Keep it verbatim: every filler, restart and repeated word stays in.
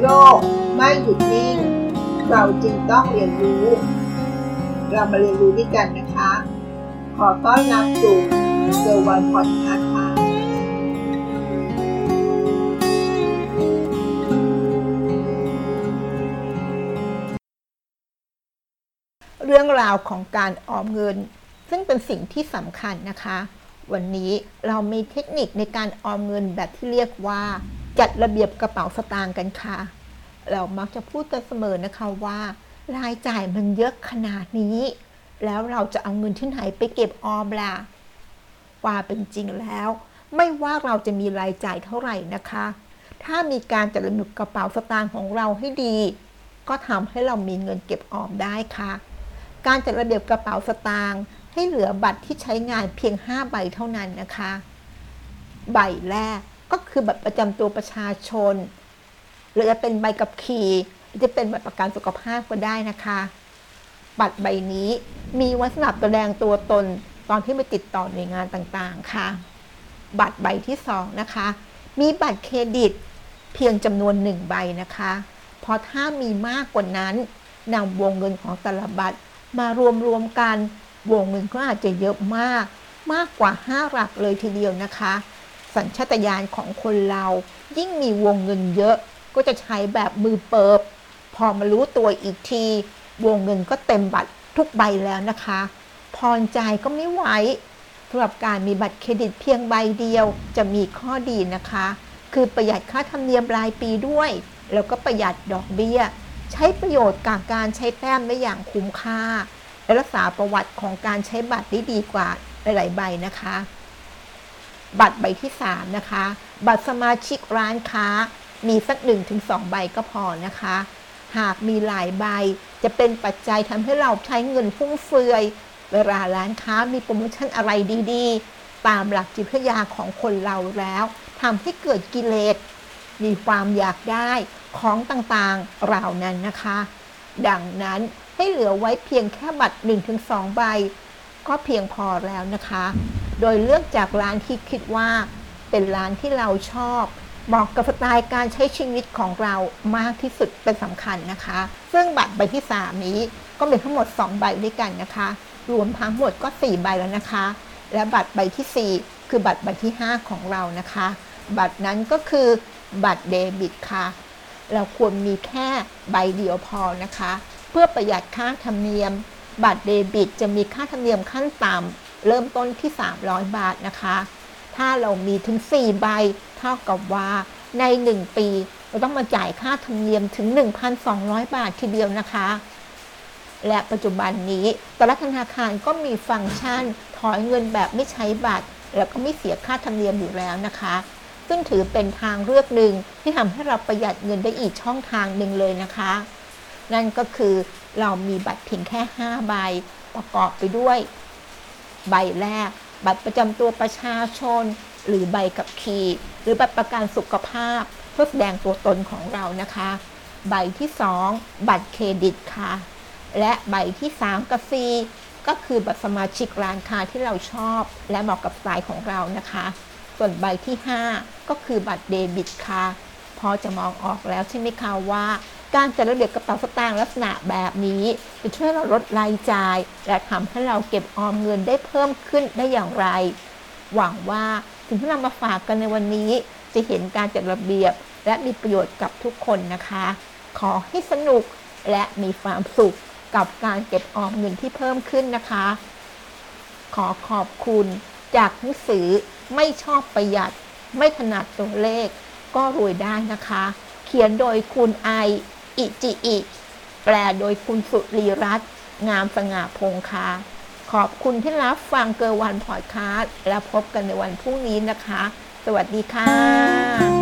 กไม่หยุดนิ่งเราจึงต้องเรียนรู้เรามาเรียนรู้ด้วยกันนะคะขอต้อนรับสู่เซอร์วันพอดคาสต์ค่ะเรื่องราวของการออมเงินซึ่งเป็นสิ่งที่สำคัญนะคะวันนี้เรามีเทคนิคในการออมเงินแบบที่เรียกว่าจัดระเบียบกระเป๋าสตางค์กันค่ะเรามักจะพูดกันเสมอนะคะว่ารายจ่ายมันเยอะขนาดนี้แล้วเราจะเอาเงินที่ไหนไปเก็บออมล่ะว่าเป็นจริงแล้วไม่ว่าเราจะมีรายจ่ายเท่าไหร่นะคะถ้ามีการจัดระเบียบกระเป๋าสตางค์ของเราให้ดีก็ทำให้เรามีเงินเก็บออมได้ค่ะการจัดระเบียบกระเป๋าสตางค์ให้เหลือบัตรที่ใช้งานเพียงห้าใบเท่านั้นนะคะใบแรกก็คือบัตรประจำตัวประชาชนหรือจะเป็นใบขับขี่หรือจะเป็นบัตรประกันสุขภาพก็ได้นะคะบัตรใบนี้มีไว้สำหรับแสดงตัวตนตอนที่ไปติดต่อหน่วยงานต่างๆค่ะบัตรใบที่สองนะคะมีบัตรเครดิตเพียงจำนวนหนึ่งใบนะคะเพราะถ้ามีมากกว่านั้นนำวงเงินของแต่ละบัตรมารวมๆกันวงเงินก็อาจจะเยอะมากมากกว่าห้าหลักเลยทีเดียวนะคะสัญชาตญาณของคนเรายิ่งมีวงเงินเยอะก็จะใช้แบบมือเปิบพอมารู้ตัวอีกทีวงเงินก็เต็มบัตรทุกใบแล้วนะคะผ่อนจ่ายก็ไม่ไหวสำหรับการมีบัตรเครดิตเพียงใบเดียวจะมีข้อดีนะคะคือประหยัดค่าธรรมเนียมรายปีด้วยแล้วก็ประหยัดดอกเบี้ยใช้ประโยชน์กับการใช้แต้มได้อย่างคุ้มค่าและรักษาประวัติของการใช้บัตรได้ดีกว่าหลายๆใบนะคะบัตรใบที่สามนะคะบัตรสมาชิกร้านค้ามีสัก หนึ่งถึงสอง ใบก็พอนะคะหากมีหลายใบจะเป็นปัจจัยทำให้เราใช้เงินฟุ่มเฟือยเวลาร้านค้ามีโปรโมชั่นอะไรดีๆตามหลักจิตวิทยาของคนเราแล้วทำให้เกิดกิเลสมีความอยากได้ของต่างๆเหล่านั้นนะคะดังนั้นให้เหลือไว้เพียงแค่บัตร หนึ่งถึงสอง ใบก็เพียงพอแล้วนะคะโดยเลือกจากร้านที่คิดว่าเป็นร้านที่เราชอบเหมาะกับสไตล์การใช้ชีวิตของเรามากที่สุดเป็นสำคัญนะคะซึ่งบัตรใบที่สามนี้ก็มีทั้งหมดสองใบด้วยกันนะคะรวมทั้งหมดก็สี่ใบแล้วนะคะและบัตรใบที่สี่คือบัตรใบที่ห้าของเรานะคะบัตรนั้นก็คือบัตรเดบิตค่ะเราควรมีแค่ใบเดียวพอนะคะเพื่อประหยัดค่าธรรมเนียมบัตรเดบิตจะมีค่าธรรมเนียมขั้นต่ำเริ่มต้นที่สามร้อยบาทนะคะถ้าเรามีถึงสี่ใบเท่ากับว่าในหนึ่งปีเราต้องมาจ่ายค่าธรรมเนียมถึง หนึ่งพันสองร้อย บาททีเดียวนะคะและปัจจุบันนี้แต่ละธนาคารก็มีฟังก์ชันถอนเงินแบบไม่ใช้บัตรแล้วก็ไม่เสียค่าธรรมเนียมอยู่แล้วนะคะซึ่งถือเป็นทางเลือกหนึ่งที่ทำให้เราประหยัดเงินได้อีกช่องทางหนึ่งเลยนะคะนั่นก็คือเรามีบัตรเพียงแค่ห้าใบประกอบไปด้วยใบแรกบัตรประจำตัวประชาชนหรือใบขับขี่หรือบัตรประกันสุขภาพเพื่อแสดงตัวตนของเรานะคะใบที่สองบัตรเครดิตค่ะและใบที่สามกับสี่ก็คือบัตรสมาชิกร้านค้าที่เราชอบและเหมาะกับสไตล์ของเรานะคะส่วนใบที่ห้าก็คือบัตรเดบิตค่ะพอจะมองออกแล้วใช่ไหมคะว่าการจัดระเบียบกระเป๋าสตางค์ลักษณะแบบนี้จะช่วยเราลดรายจ่ายและทำให้เราเก็บออมเงินได้เพิ่มขึ้นได้อย่างไรหวังว่าสิ่งที่เรามาฝากกันในวันนี้จะเห็นการจัดระเบียบและมีประโยชน์กับทุกคนนะคะขอให้สนุกและมีความสุขกับการเก็บออมเงินที่เพิ่มขึ้นนะคะขอขอบคุณจากหนังสือไม่ชอบประหยัดไม่ถนัดตัวเลขก็รวยได้นะคะเขียนโดยคุณไออิจิอิแปลโดยคุณสุรีรัตน์งามสง่าพงค่ะขอบคุณที่รับฟังเกอร์วันพอดคาสต์และพบกันในวันพรุ่งนี้นะคะสวัสดีค่ะ